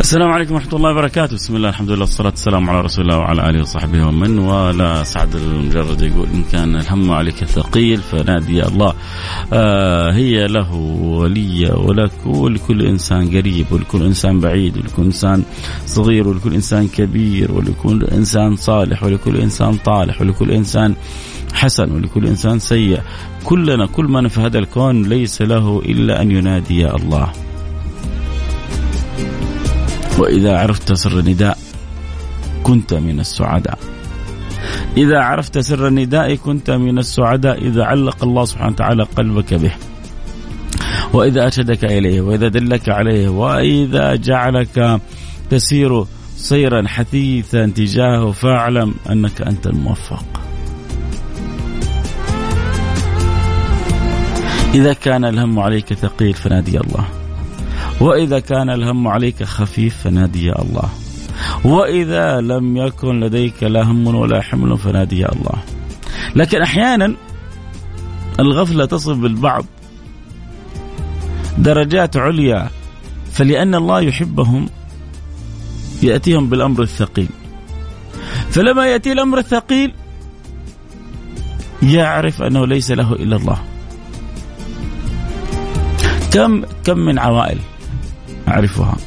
السلام عليكم ورحمة الله وبركاته. بسم الله الحمد لله والصلاة والسلام على رسول الله وعلى آله وصحبه ومن ولا. سعد المجرد يقول إن كان الهم عليك ثقيل فنادي الله. هي له ولي ولك ولكل إنسان قريب ولكل إنسان بعيد ولكل إنسان صغير ولكل إنسان كبير ولكل إنسان صالح ولكل إنسان طالح ولكل إنسان حسن ولكل إنسان سيء. كلنا كل من في هذا الكون ليس له إلا أن ينادي يا الله. وإذا عرفت سر النداء كنت من السعداء. إذا عرفت سر النداء كنت من السعداء. إذا علق الله سبحانه وتعالى قلبك به، وإذا أرشدك إليه، وإذا دلك عليه، وإذا جعلك تسير سيرا حثيثا تجاهه، فاعلم أنك أنت الموفق. إذا كان الهم عليك ثقيل فنادي الله، وإذا كان الهم عليك خفيف فنادي يا الله، وإذا لم يكن لديك لا هم ولا حمل فنادي يا الله. لكن أحيانا الغفلة تصل بالبعض درجات عليا، فلأن الله يحبهم يأتيهم بالأمر الثقيل، فلما يأتي الأمر الثقيل يعرف أنه ليس له إلا الله. كم من عوائل أعرفها،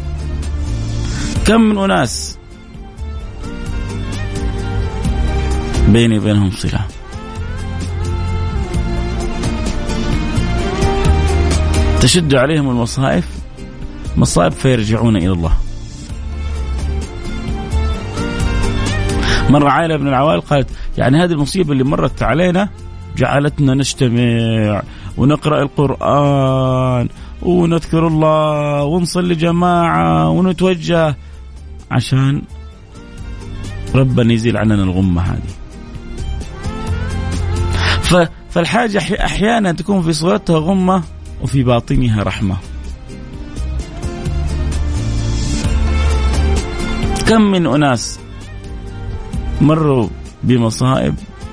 كم من أناس بيني بينهم صلة، تشد عليهم مصائب فيرجعون إلى الله. مرة عائلة من العوائل قالت يعني هذه المصيبة اللي مرت علينا جعلتنا نجتمع ونقرأ القرآن ونذكر الله ونصلي جماعة ونتوجه عشان ربنا يزيل عننا الغمة هذه. فالحاجة أحيانا تكون في صورتها غمة وفي باطنها رحمة. كم من أناس مروا بمصائب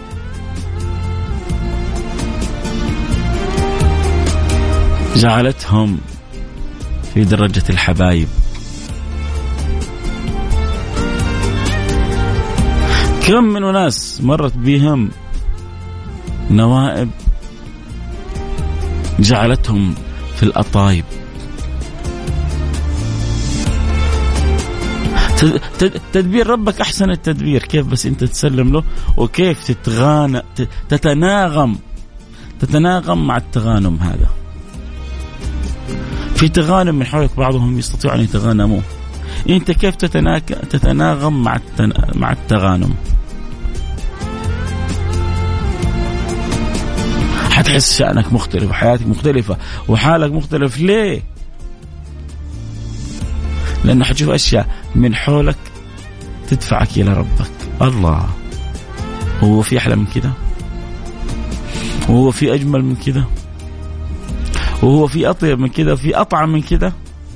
جعلتهم في درجة الحبايب. كم من أناس مرت بهم نوائب جعلتهم في الأطايب. تدبير ربك أحسن التدبير، كيف بس أنت تسلم له وكيف تتناغم مع التغانم هذا. في تغانم من حولك بعضهم يستطيعون أن يتغانموا، أنت كيف تتناغم مع التغانم؟ حتحس شأنك مختلف وحياتك مختلفة وحالك مختلف. ليه؟ لأنه حتشوف أشياء من حولك تدفعك إلى ربك. الله، هو في أحلى من كده؟ وهو في أجمل من كده؟ وهو في أطيب من كده؟ وفي أطعم من كده؟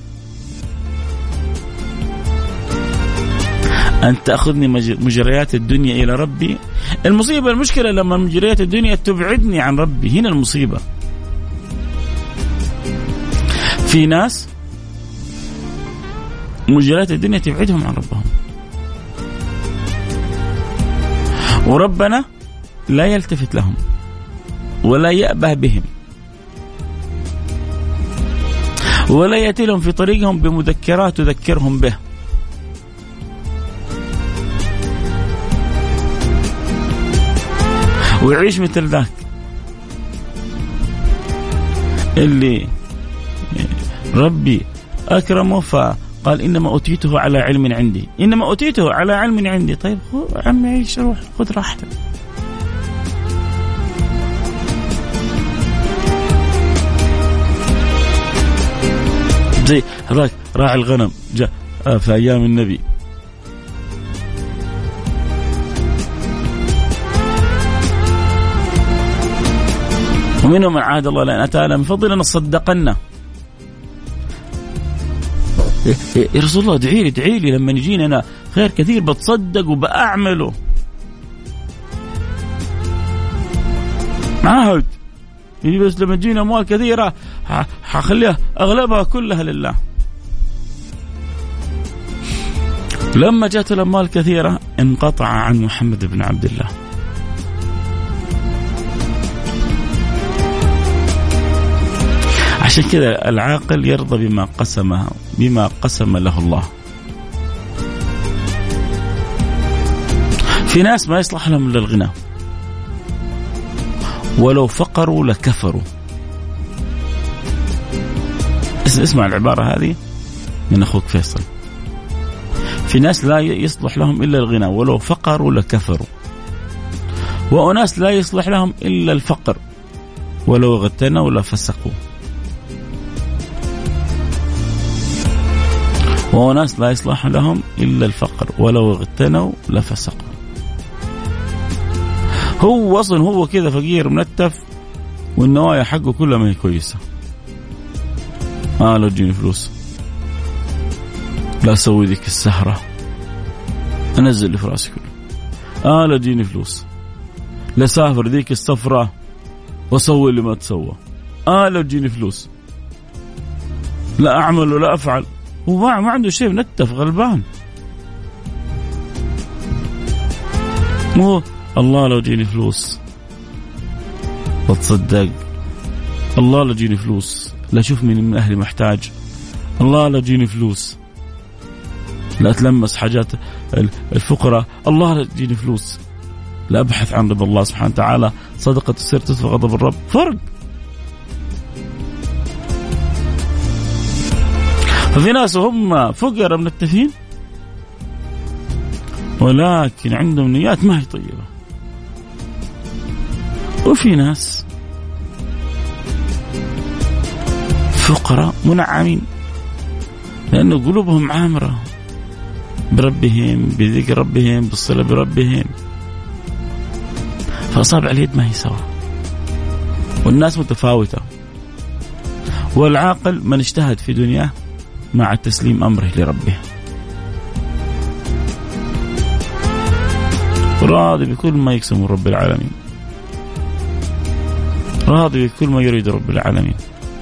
أن تأخذني مجريات الدنيا إلى ربي. المصيبة المشكلة لما مجريات الدنيا تبعدني عن ربي، هنا المصيبة. في ناس مجريات الدنيا تبعدهم عن ربهم، وربنا لا يلتفت لهم ولا يأبه بهم ولا يأتي لهم في طريقهم بمذكرات تذكرهم به. ويعيش مثل ذاك اللي ربي أكرمه فقال إنما أوتيته على علم عندي، إنما أوتيته على علم عندي. طيب عمي عيش، روح خذ راحتك. زي راعي الغنم جاء في أيام النبي، ومنهم من عاد الله لأن أتانا من فضل نصدقنا. يا رسول الله ادعي لي لما يجينا أنا خير كثير بتصدق وبأعمله. عهد بس لما تجينا أموال كثيرة حخليها أغلبها كلها لله. لما جاءت الأموال كثيرة انقطع عن محمد بن عبد الله. عشان كذا العاقل يرضى بما قسم له الله. في ناس ما يصلح لهم إلا الغنى، ولو فقروا لكفروا. اسمع العبارة هذه من أخوك فيصل. في ناس لا يصلح لهم إلا الغنى ولو فقروا لكفروا، وأناس لا يصلح لهم إلا الفقر ولو اغتنوا لفسقوا، وأناس لا يصلح لهم إلا الفقر ولو اغتنوا لفسقوا. هو أصلا هو كذا فقير منتف والنوايا حقه كلها ما هي كويسة. لا تجيني فلوس، لا أسوي ذيك السهرة، أنزل اللي في راسي كله. لا تجيني فلوس، لا سافر ذيك السفرة وأسوي اللي ما تسوى. لا تجيني فلوس، لا أعمل ولا أفعل. وما عنده شيء، منتف غلبان. الله لو جيني فلوس وتصدق، الله لو جيني فلوس لا أشوف من أهلي محتاج، الله لو جيني فلوس لا أتلمس حاجات الفقراء، الله لا تجيني فلوس لا أبحث عن رضا الله سبحانه وتعالى. صدقة السر تطفئ غضب الرب. فرق. ففي ناس هم فقراء منتفين ولكن عندهم نيات ما هي طيبة، وفي ناس فقراء منعمين لأنه قلوبهم عامرة بربهم، بذكر ربهم، بالصلة بربهم، فأصابع اليد ما هي سوا، والناس متفاوتة. والعاقل من اجتهد في دنياه مع تسليم أمره لربه، راضي بكل ما يقسم رب العالمين، راضي بكل ما يريد رب العالمين.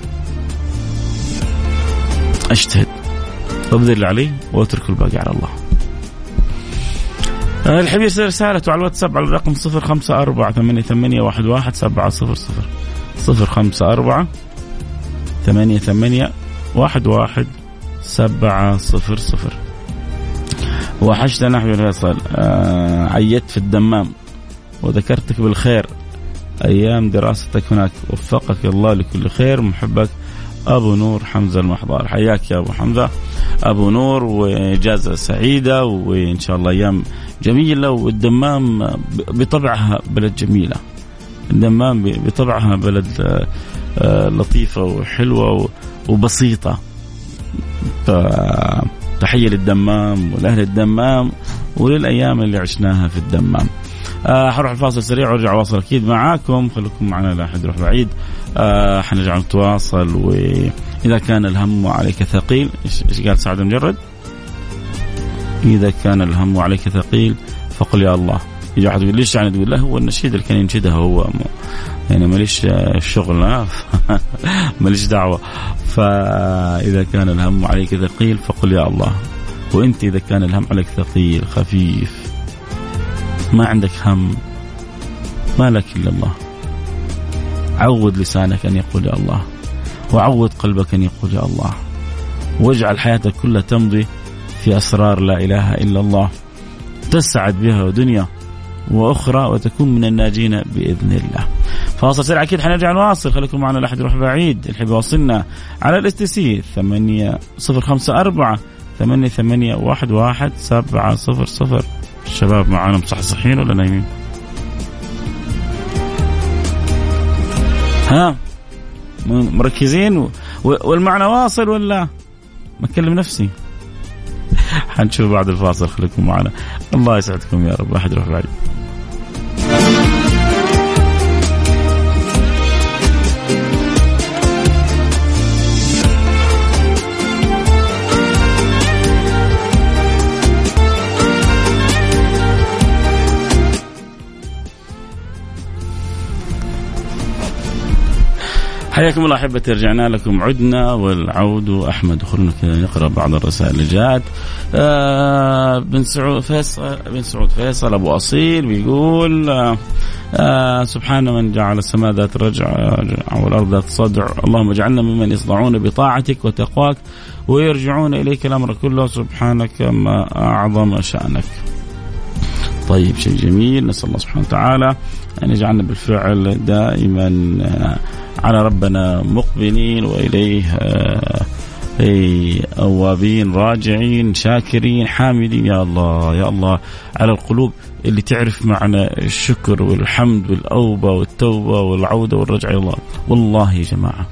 اجتهد وابذل اللي عليه واترك الباقي على الله. الحبيب يرسل رسالته على الواتساب على الرقم 0548811700 0548811700. وحشتنا نحن فيصل. عيت في الدمام وذكرتك بالخير أيام دراستك هناك، وفقك الله لكل خير. محبك أبو نور حمزة المحضار. حياك يا أبو حمزة أبو نور، وإجازة سعيدة وإن شاء الله أيام جميلة. والدمام بطبعها بلد جميلة، الدمام بطبعها بلد لطيفة وحلوة وبسيطة. تحية للدمام ولأهل الدمام وللأيام اللي عشناها في الدمام. حروح الفاصل سريع وارجع واصل أكيد معاكم. خليكم معنا لا أحد يروح بعيد. حنرجع نتواصل. وإذا كان الهم عليك ثقيل، إيش قال سعد المجرد؟ إذا كان الهم عليك ثقيل فقل يا الله. يجي واحد يقول ليش يعني تقول له هو النشيد اللي كان ينشدها هو يعني ماليش الشغل ماليش دعوة. فإذا كان الهم عليك ثقيل فقل يا الله. وإنت إذا كان الهم عليك ثقيل خفيف ما عندك هم ما لك إلا الله، عود لسانك أن يقول يا الله، وعود قلبك أن يقول يا الله، واجعل حياتك كلها تمضي في أسرار لا إله إلا الله، تسعد بها دنيا وأخرى وتكون من الناجين بإذن الله. فاصل سريع أكيد حنرجع نواصل. خليكم معنا لا أحد يروح بعيد. الحب وصلنا على الاستسي 800548811700. الشباب معانا مصحصحين ولا نايمين؟ مركزين والمعنى واصل ولا ما أكلم نفسي؟ حنشوف بعد الفاصل. خليكم معنا. الله يسعدكم يا رب. أحد يروح بعيد. حياكم الله أحبتي، رجعنا لكم، عدنا والعود أحمد. خلونا نقرأ بعض الرسائل اللي جاءت. بن سعود فيصل أبو أصيل بيقول سبحان من جعل السماء ذات رجع والأرض ذات صدع، اللهم اجعلنا ممن يصدعون بطاعتك وتقواك ويرجعون إليك الأمر كله، سبحانك ما أعظم شأنك. طيب، شيء جميل، نسأل الله سبحانه وتعالى أن يجعلنا بالفعل دائما على ربنا مقبلين وإليه أوابين راجعين شاكرين حامدين. يا الله يا الله على القلوب اللي تعرف معنى الشكر والحمد والأوبة والتوبة والعودة والرجعة إلى الله. والله يا جماعة،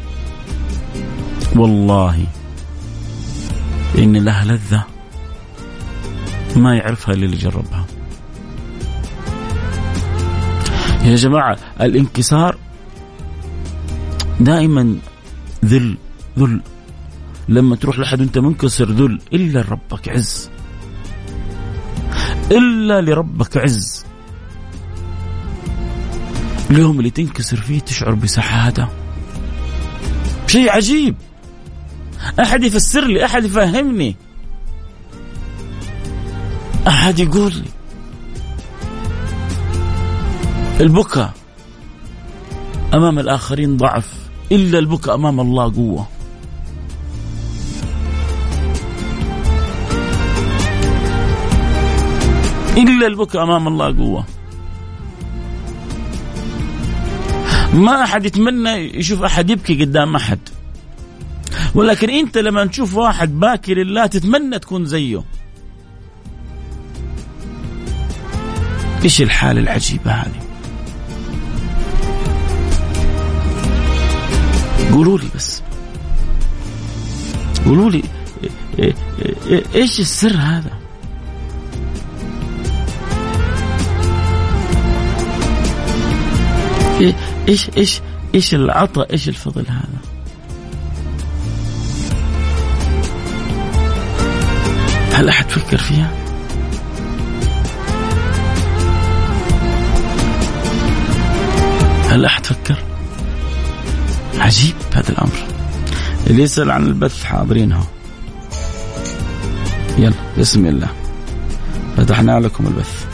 والله إن لها لذة ما يعرفها إلا اللي جربها. يا جماعة الانكسار دائما ذل، لما تروح لحد وانت منكسر ذل، إلا لربك عز، إلا لربك عز. اليوم اللي تنكسر فيه تشعر بسعادة، شيء عجيب. أحد يفسر لي، أحد يفهمني، أحد يقول لي البكاء أمام الآخرين ضعف، إلا البكاء أمام الله قوة. إلا البكاء أمام الله قوة. ما أحد يتمنى يشوف أحد يبكي قدام أحد، ولكن أنت لما تشوف واحد باكي لله تتمنى تكون زيه. إيش الحالة العجيبة هذه؟ قولوا لي بس، قولوا لي إيش السر هذا؟ إيش العطاء، إيش الفضل هذا؟ هل أحد فكر فيها؟ هل أحد فكر؟ عجيب هذا الأمر. اللي يسأل عن البث حاضرينها، يلا بسم الله فتحنا لكم البث.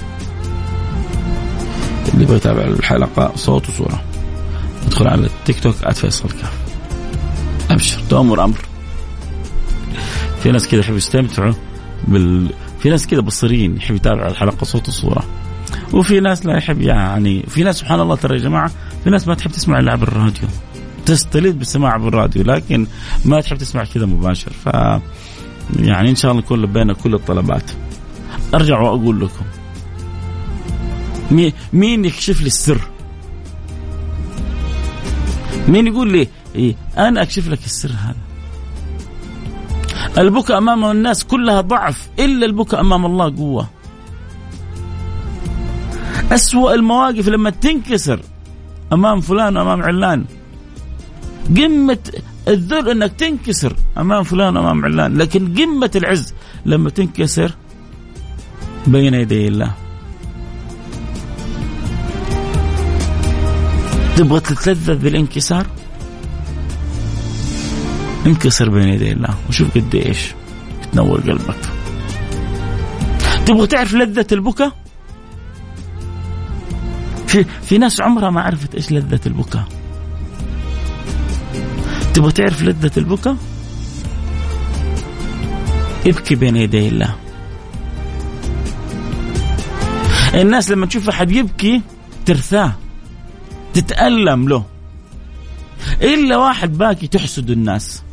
اللي بيتابع الحلقة صوت وصورة ادخل على التيك توك @فيصل كاف، أبشر تأمر أمر. في ناس كده يحب يستمتعوا في ناس كده بصريين يحب يتابع الحلقة صوت وصورة، وفي ناس لا يحب. يعني في ناس سبحان الله ترى يا جماعة، في ناس ما تحب تسمع إلا عبر الراديو، تستلذ بالسماع بالراديو، لكن ما تحب تسمع كذا مباشر. يعني إن شاء الله نكون لبينا كل الطلبات. أرجع وأقول لكم، مين يكشف لي السر؟ مين يقول لي أنا أكشف لك السر هذا؟ البكاء أمام الناس كلها ضعف، إلا البكاء أمام الله قوة. أسوأ المواقف لما تنكسر أمام فلان وأمام علان. قمة الذل أنك تنكسر أمام فلان وأمام علان، لكن قمة العز لما تنكسر بين يدي الله. تبغى تتلذذ بالانكسار؟ انكسر بين يدي الله وشوف قد ايش تنور قلبك. تبغى تعرف لذة البكاء؟ في ناس عمرها ما عرفت ايش لذة البكاء. تبغى تعرف لذة البكاء؟ ابكي بين يدي الله. الناس لما تشوف أحد يبكي ترثاه، تتألم له، إلا واحد باكي تحسد الناس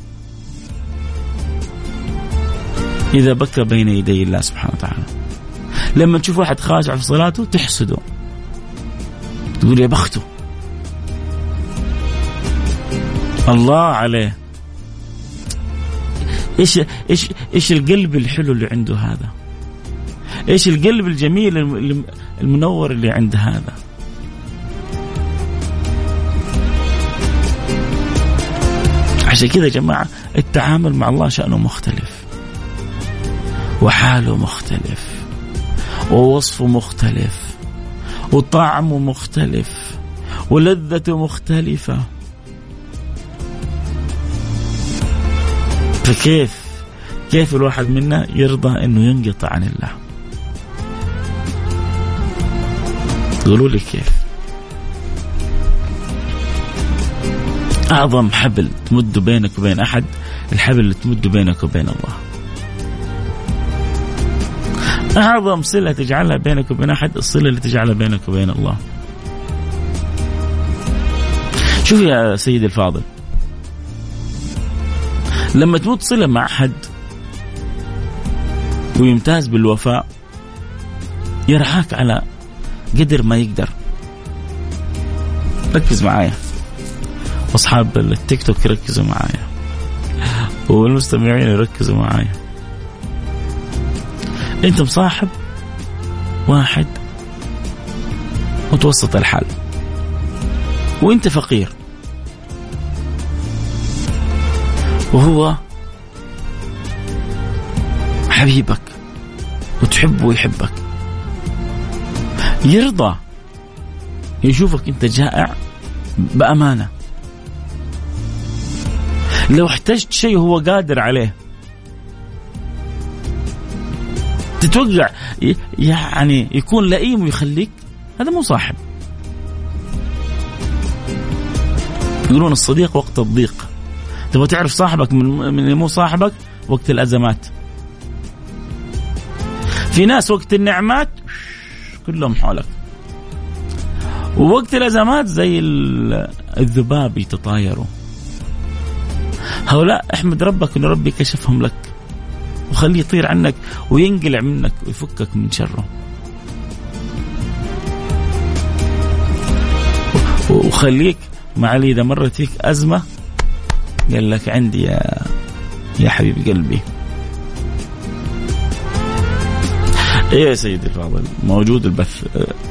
إذا بكى بين يدي الله سبحانه وتعالى. لما تشوف واحد خاشع في صلاته تحسده، تقول يا بخته، الله عليه. إيش القلب الحلو اللي عنده هذا؟ إيش القلب الجميل المنور اللي عند هذا؟ عشان كذا يا جماعة التعامل مع الله شأنه مختلف، وحاله مختلف، ووصفه مختلف، وطعمه مختلف، ولذته مختلفة. كيف الواحد منا يرضى انه ينقطع عن الله؟ قولوا لي كيف. اعظم حبل تمد بينك وبين احد الحبل اللي تمد بينك وبين الله. اعظم صلة تجعلها بينك وبين احد الصلة اللي تجعلها بينك وبين الله. شوف يا سيدي الفاضل، لما تموت صلة مع أحد ويمتاز بالوفاء يرعاك على قدر ما يقدر. ركز معايا، أصحاب التيك توك ركزوا معايا، والمستمعين ركزوا معايا. أنت مصاحب واحد متوسط الحال وأنت فقير، وهو حبيبك وتحبه ويحبك، يرضى يشوفك أنت جائع بأمانة؟ لو احتجت شيء هو قادر عليه، تتوقع يعني يكون لئيم ويخليك؟ هذا مو صاحب. يقولون الصديق وقت الضيق. تبغى تعرف صاحبك من مو صاحبك؟ وقت الأزمات. في ناس وقت النعمات كلهم حولك، ووقت الأزمات زي الذباب يتطايروا. هؤلاء احمد ربك إن ربي كشفهم لك وخليه يطير عنك وينقلع منك ويفكك من شره. وخليك معلي إذا مرت فيك أزمة قال لك عندي يا حبيب قلبي. ايه يا سيدي الفاضل، موجود البث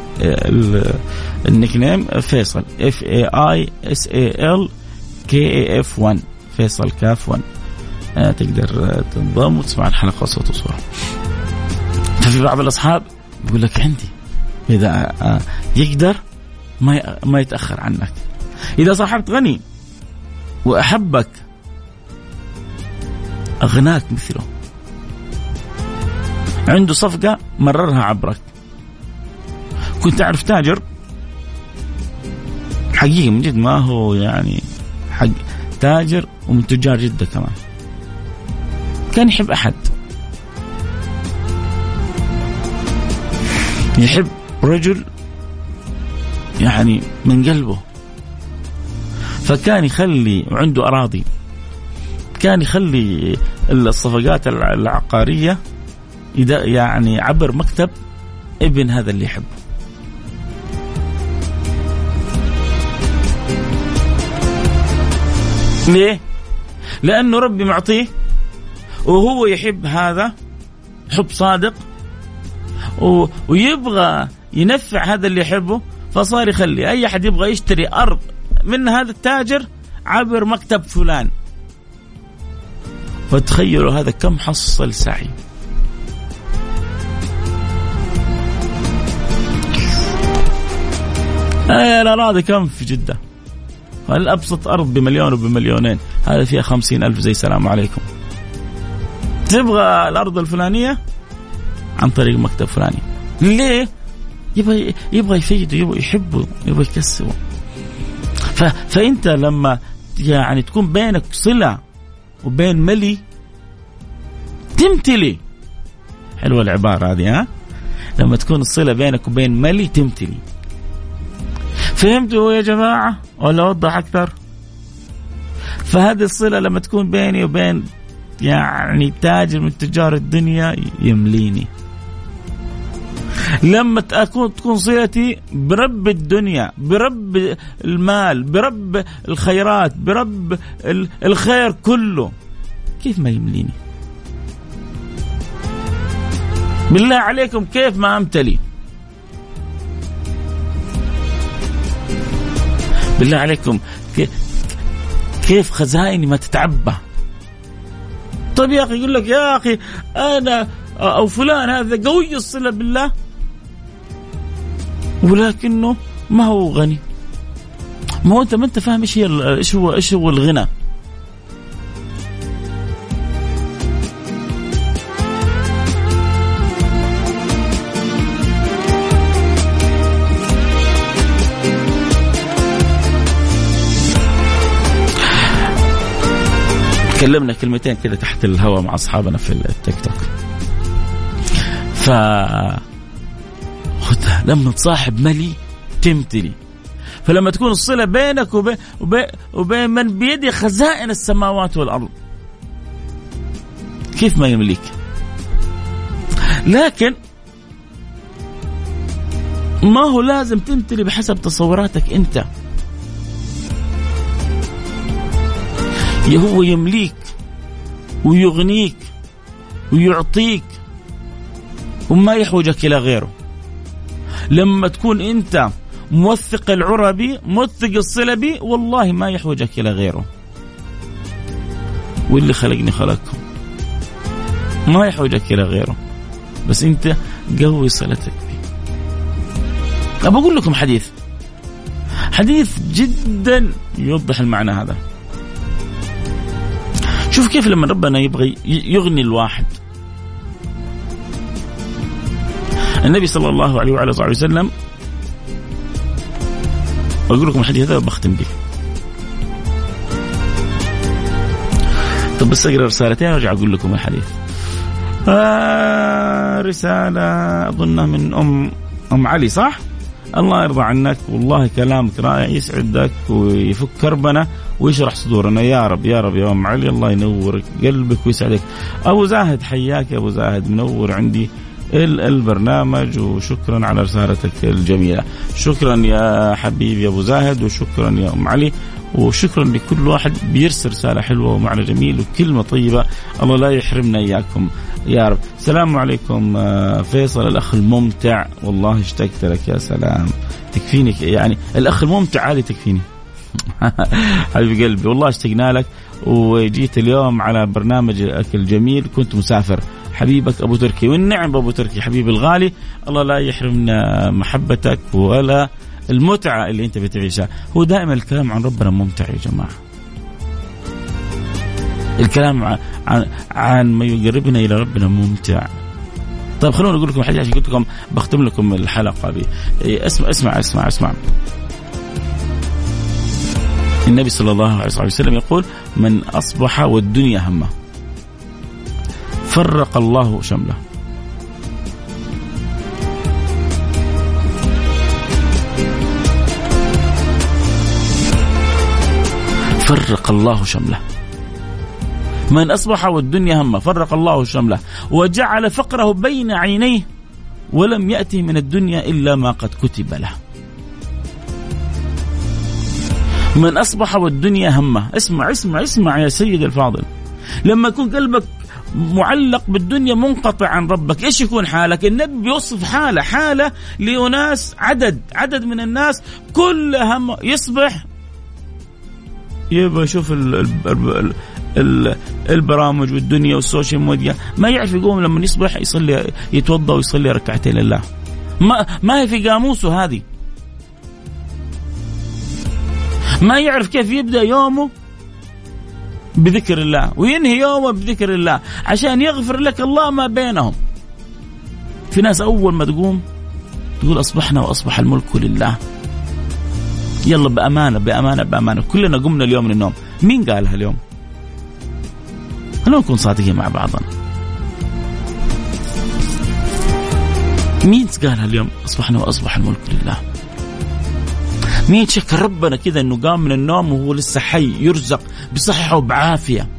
النيكنيم فيصل FAISAL KAF1 فيصل كاف 1. تقدر تنضم وتسمع الحلقة صوت وصورة. ففي بعض الأصحاب يقول لك عندي، إذا يقدر ما يتأخر عنك. إذا صاحبت غني وأحبك أغناك مثله، عنده صفقة مررها عبرك. كنت أعرف تاجر حقيقي من جد، ما هو يعني حق تاجر ومن تجار جدة كمان، كان يحب أحد، يحب رجل يعني من قلبه، فكان يخلي وعنده أراضي، كان يخلي الصفقات العقارية يعني عبر مكتب ابن هذا اللي يحبه. ليه؟ لأنه ربي معطيه وهو يحب هذا حب صادق، ويبغى ينفع هذا اللي يحبه، فصار يخلي أي أحد يبغى يشتري أرض من هذا التاجر عبر مكتب فلان. فتخيلوا هذا كم حصل سعي. الأراضي كم في جدة؟ الأبسط أرض بمليون وبمليونين، هذا فيها 50,000 زي سلام عليكم. تبغى الأرض الفلانية عن طريق مكتب فلاني. ليه؟ يبغى يفيده، يبغى يحبه، يبغى يكسبه. فأنت لما يعني تكون بينك صلة وبين ملي تمتلي. حلوة العبارة هذه، ها؟ لما تكون الصلة بينك وبين ملي تمتلي. فهمتوا يا جماعة ولا أوضح أكثر؟ فهذه الصلة لما تكون بيني وبين يعني تاجر من تجار الدنيا يمليني. لما تكون صلتي برب الدنيا، برب المال، برب الخيرات، برب الخير كله، كيف ما يمليني؟ بالله عليكم كيف ما أمتلي؟ بالله عليكم كيف خزائني ما تتعبى؟ طيب يا أخي يقول لك يا أخي أنا أو فلان هذا قوي الصلة بالله ولكنه ما هو غني. ما هو أنت فاهم إيش هو الغنى. تكلمنا كلمتين كده تحت الهواء مع أصحابنا في التيك توك. خدها لما تصاحب ملي تمتلي. فلما تكون الصلة بينك وبين من بيده خزائن السماوات والأرض كيف ما يمليك. لكن ما هو لازم تمتلي بحسب تصوراتك أنت. هو يمليك ويغنيك ويعطيك وما يحوجك إلى غيره. لما تكون أنت موثق العربي موثق الصلبي والله ما يحوجك إلى غيره. واللي خلقني خلقكم ما يحوجك إلى غيره، بس أنت قوي صلتك بي. أبى أقول لكم حديث جدا يوضح المعنى هذا. شوف كيف لما ربنا يبغي يغني الواحد. النبي صلى الله عليه وعلى آله وسلم، أقول لكم الحديث هذا وبختم به. طب بس أقرأ رسالتين وأرجع أقول لكم الحديث. رسالة أظنها من أم علي، صح؟ الله يرضى عنك، والله كلامك رائع يسعدك ويفك كربنا ويشرح صدورنا يا رب يا رب يا أم علي. الله ينور قلبك ويسعدك. أبو زاهد حياك يا أبو زاهد، منور عندي البرنامج، وشكرا على رسالتك الجميلة. شكرا يا حبيبي يا أبو زاهد، وشكرا يا أم علي، وشكرا لكل واحد بيرسل رسالة حلوة ومعنى جميل وكلمة طيبة. الله لا يحرمنا إياكم يا رب. السلام عليكم فيصل الأخ الممتع، والله اشتقت لك يا سلام. تكفيني يعني الأخ الممتع عادي تكفيني. حبيب قلبي والله اشتقنا لك، وجيت اليوم على برنامجك الجميل، كنت مسافر. حبيبك أبو تركي، والنعم أبو تركي حبيبي الغالي، الله لا يحرمنا محبتك ولا المتعة اللي أنت بتعيشها. هو دائما الكلام عن ربنا ممتع يا جماعة. الكلام عن ما يقربنا إلى ربنا ممتع. طيب خلونا نقول لكم حاجة عشان قلت لكم بختم لكم الحلقة بي. اسمع. النبي صلى الله عليه وسلم يقول: من أصبح والدنيا همه فرق الله شمله. فرق الله شمله. من أصبح والدنيا همه فرق الله شمله وجعل فقره بين عينيه ولم يأتي من الدنيا إلا ما قد كتب له. من أصبح والدنيا همه. اسمع يا سيد الفاضل. لما يكون قلبك معلق بالدنيا منقطع عن ربك، إيش يكون حالك؟ النبي بيوصف حالة لأناس عدد من الناس كل هم يصبح يبقى يشوف البرامج والدنيا والسوشيال ميديا، ما يعرف يقوم لما يصبح يصلي يتوضأ ويصلي ركعتين لله. ما هي في قاموسه هذه. ما يعرف كيف يبدأ يومه بذكر الله وينهي يومه بذكر الله عشان يغفر لك الله ما بينهم. في ناس أول ما تقوم تقول أصبحنا وأصبح الملك لله، يلا بأمانة كلنا قمنا اليوم من النوم. مين قالها اليوم؟ خلونا نكون صادقين مع بعضنا. مين قالها اليوم أصبحنا وأصبح الملك لله؟ مين شكر ربنا كذا أنه قام من النوم وهو لسه حي يرزق بصحة وبعافية؟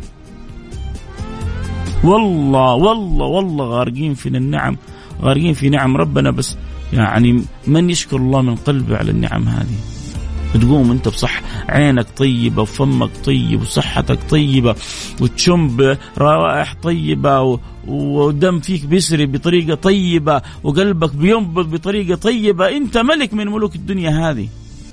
والله غارقين في النعم، غارقين في نعم ربنا. بس يعني من يشكر الله من قلبه على النعم هذه؟ تقوم انت بصح عينك طيبة وفمك طيب وصحتك طيبة وتشم روائح طيبة ودم فيك بيسري بطريقة طيبة وقلبك بينبض بطريقة طيبة. انت ملك من ملوك الدنيا هذه.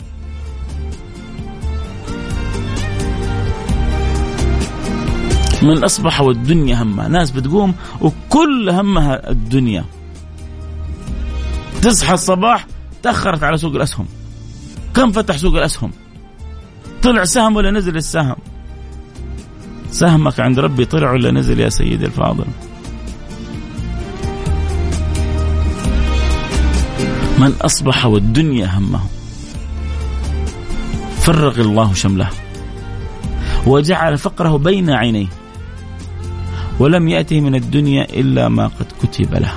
من أصبح والدنيا همها. ناس بتقوم وكل همها الدنيا، تصحى الصباح تأخرت على سوق الأسهم. كم فتح سوق الأسهم؟ طلع سهم ولا نزل السهم؟ سهمك عند ربي طلع ولا نزل يا سيدي الفاضل؟ من أصبح والدنيا همه فرق الله شمله وجعل فقره بين عينيه ولم يأته من الدنيا إلا ما قد كتب له.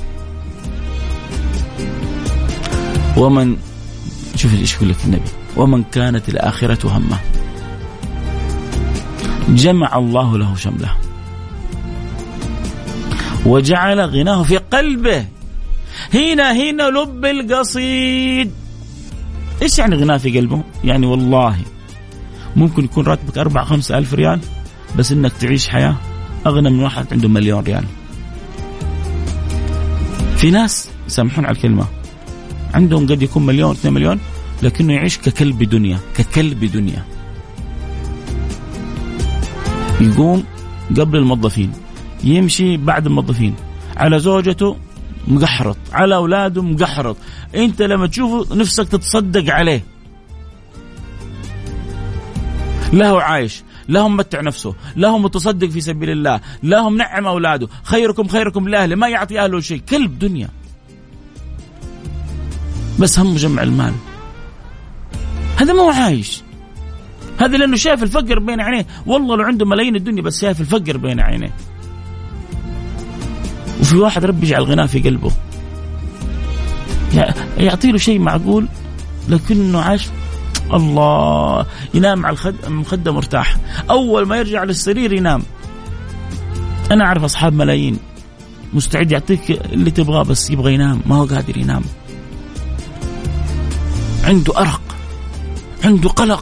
ومن شوف ايش يقول لك النبي: ومن كانت الآخرة همه جمع الله له شمله وجعل غناه في قلبه. هنا لب القصيد. ايش يعني غناه في قلبه؟ يعني والله ممكن يكون راتبك 4-5 ألف ريال، بس انك تعيش حياة اغنى من واحد عنده 1,000,000 ريال. في ناس سامحون على الكلمة عندهم قد يكون 1,000,000 2 مليون، لكنه يعيش ككلب دنيا، ككلب دنيا. يقوم قبل الموظفين، يمشي بعد الموظفين، على زوجته مقحرط، على أولاده مقحرط. أنت لما تشوفه نفسك تتصدق عليه. له عايش، لهم متع نفسه، لهم متصدق في سبيل الله، لهم نعم أولاده. خيركم لأهله، ما يعطي أهله شيء. كلب دنيا، بس هم جمع المال. هذا ما هو عايش. هذا لأنه شايف الفقر بين عينيه. والله لو عنده ملايين الدنيا بس شايف الفقر بين عينيه. وفي واحد ربي يجعل غناه في قلبه، يعطي له شيء معقول لكنه عاش. الله، ينام على المخدة مرتاح، أول ما يرجع للسرير ينام. أنا أعرف أصحاب ملايين مستعد يعطيك اللي تبغاه، بس يبغى ينام، ما هو قادر ينام. عنده أرق، عنده قلق.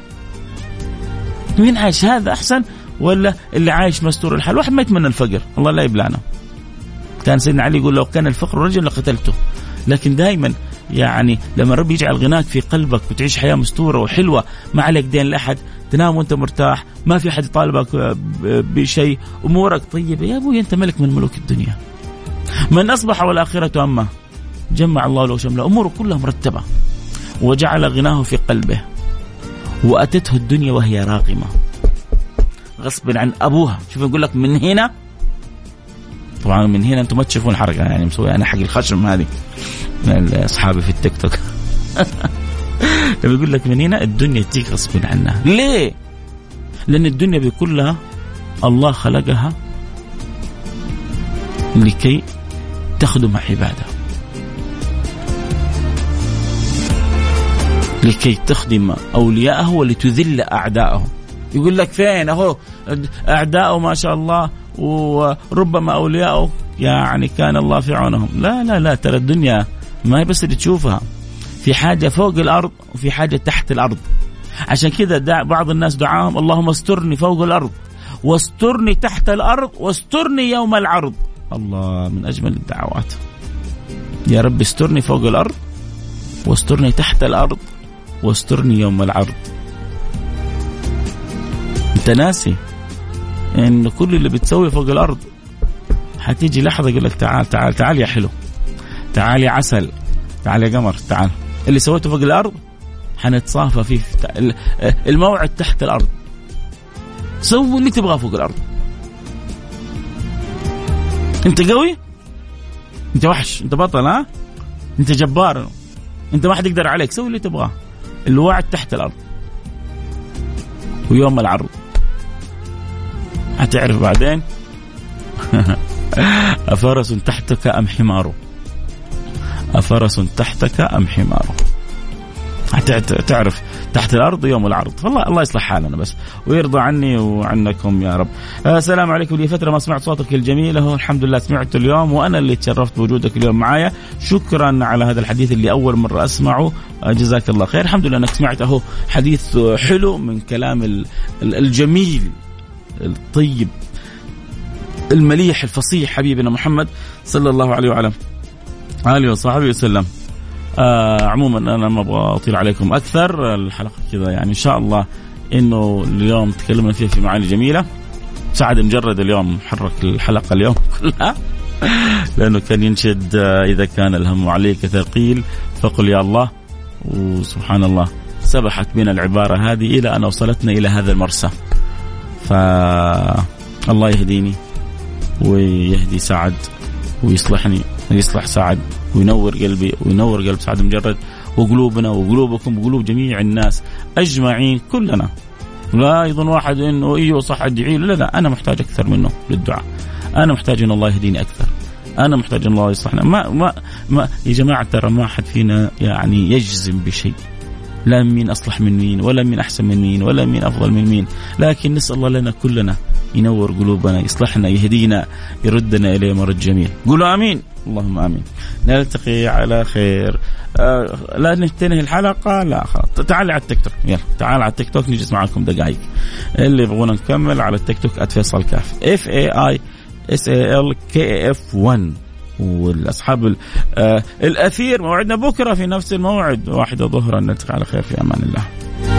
مين عايش؟ هذا أحسن ولا اللي عايش مستور الحال؟ واحد ما يتمنى الفقر، الله لا يبلعنا. كان سيدنا علي يقول: لو كان الفقر رجل لقتلته. لكن دائما يعني لما ربي يجعل غناك في قلبك وتعيش حياة مستورة وحلوة، ما عليك دين لأحد، تنام وانت مرتاح، ما في أحد يطالبك بشيء، أمورك طيبة، يا أبوي أنت ملك من ملوك الدنيا. من أصبح والآخرة همه جمع الله له شمله، أموره كلها مرتبة، وجعل غناه في قلبه وأتته الدنيا وهي راغمة غصب عن أبوها. شوف يقول لك من هنا، طبعا من هنا أنتم ما تشوفون الحركة، يعني مسوي أنا حق الخشم هذه أصحابي في التيك توك. لما يقول لك من هنا الدنيا تيجي غصب عنها. ليه؟ لأن الدنيا بكلها الله خلقها لكي تخدم عباده، لكي تخدم أولياءه ولتذل أعداءه. يقول لك فين أهو أعداءه ما شاء الله، وربما أولياءه يعني كان الله في عونهم. لا لا لا، ترى الدنيا ما هي بس اللي تشوفها، في حاجة فوق الأرض وفي حاجة تحت الأرض. عشان كذا بعض الناس دعاهم: اللهم استرني فوق الأرض واسترني تحت الأرض واسترني يوم العرض. الله، من أجمل الدعوات. يا رب استرني فوق الأرض واسترني تحت الأرض واسترني يوم العرض. انت ناسي ان كل اللي بتسوي فوق الأرض حتيجي لحظة يقول لك تعال تعال تعال يا حلو، تعال يا عسل، تعال يا قمر، تعال. اللي سويته فوق الأرض حنتصافى فيه. الموعد تحت الأرض. سوي اللي تبغاه فوق الأرض. انت قوي، انت وحش، انت بطل، ها، انت جبار، انت ما حد يقدر عليك. سوي اللي تبغاه. الوعد تحت الأرض ويوم العرض هتعرف بعدين. أفرس تحتك أم حمار، أفرس تحتك أم حمار. تعرف تحت الأرض يوم العرض. فالله الله يصلح حالنا بس ويرضى عني وعنكم يا رب. السلام عليكم. لي فترة ما سمعت صوتك الجميل، هو الحمد لله سمعته اليوم، وأنا اللي تشرفت بوجودك اليوم معايا. شكرا على هذا الحديث اللي أول مرة أسمعه، جزاك الله خير. الحمد لله أنك سمعته، حديث حلو من كلام الجميل الطيب المليح الفصيح حبيبنا محمد صلى الله عليه وعلى آله وصحبه وسلم. عموما أنا ما أبغى أطيل عليكم أكثر. الحلقة كذا يعني إن شاء الله إنه اليوم تكلمنا فيها في معاني جميلة. سعد مجرد اليوم حرك الحلقة اليوم كلها، لأنه كان ينشد: إذا كان الهم عليك ثقيل فقل يا الله. وسبحان الله سبحت بنا العبارة هذه إلى أن وصلتنا إلى هذا المرسى. فالله يهديني ويهدي سعد ويصلحني ويصلح سعد وينور قلبي وينور قلب سعد مجرد، وقلوبنا وقلوبكم وقلوب جميع الناس أجمعين، كلنا لا يظن واحد إنه إيه صح أدعي له، لا أنا محتاج أكثر منه للدعاء، أنا محتاج إن الله يهديني أكثر، أنا محتاج إن الله يصلحنا. ما يا جماعة ترى ما أحد فينا يعني يجزم بشيء، لا مين أصلح من مين، ولا مين أحسن من مين، ولا مين أفضل من مين، لكن نسأل الله لنا كلنا ينور قلوبنا، يصلحنا، يهدينا، يردنا إليه مرد جميل. قولوا آمين، اللهم آمين. نلتقي على خير. لا ننتهي الحلقة، لا خلاص، تعال على التيك توك، يلا تعال على التيك توك نجلس معكم دقائق. اللي يبغونا نكمل على التيك توك @فيصل كاف FAISALKAF1. والأصحاب الأثير موعدنا بكرة في نفس الموعد 1 ظهرا. نلتقي على خير في أمان الله.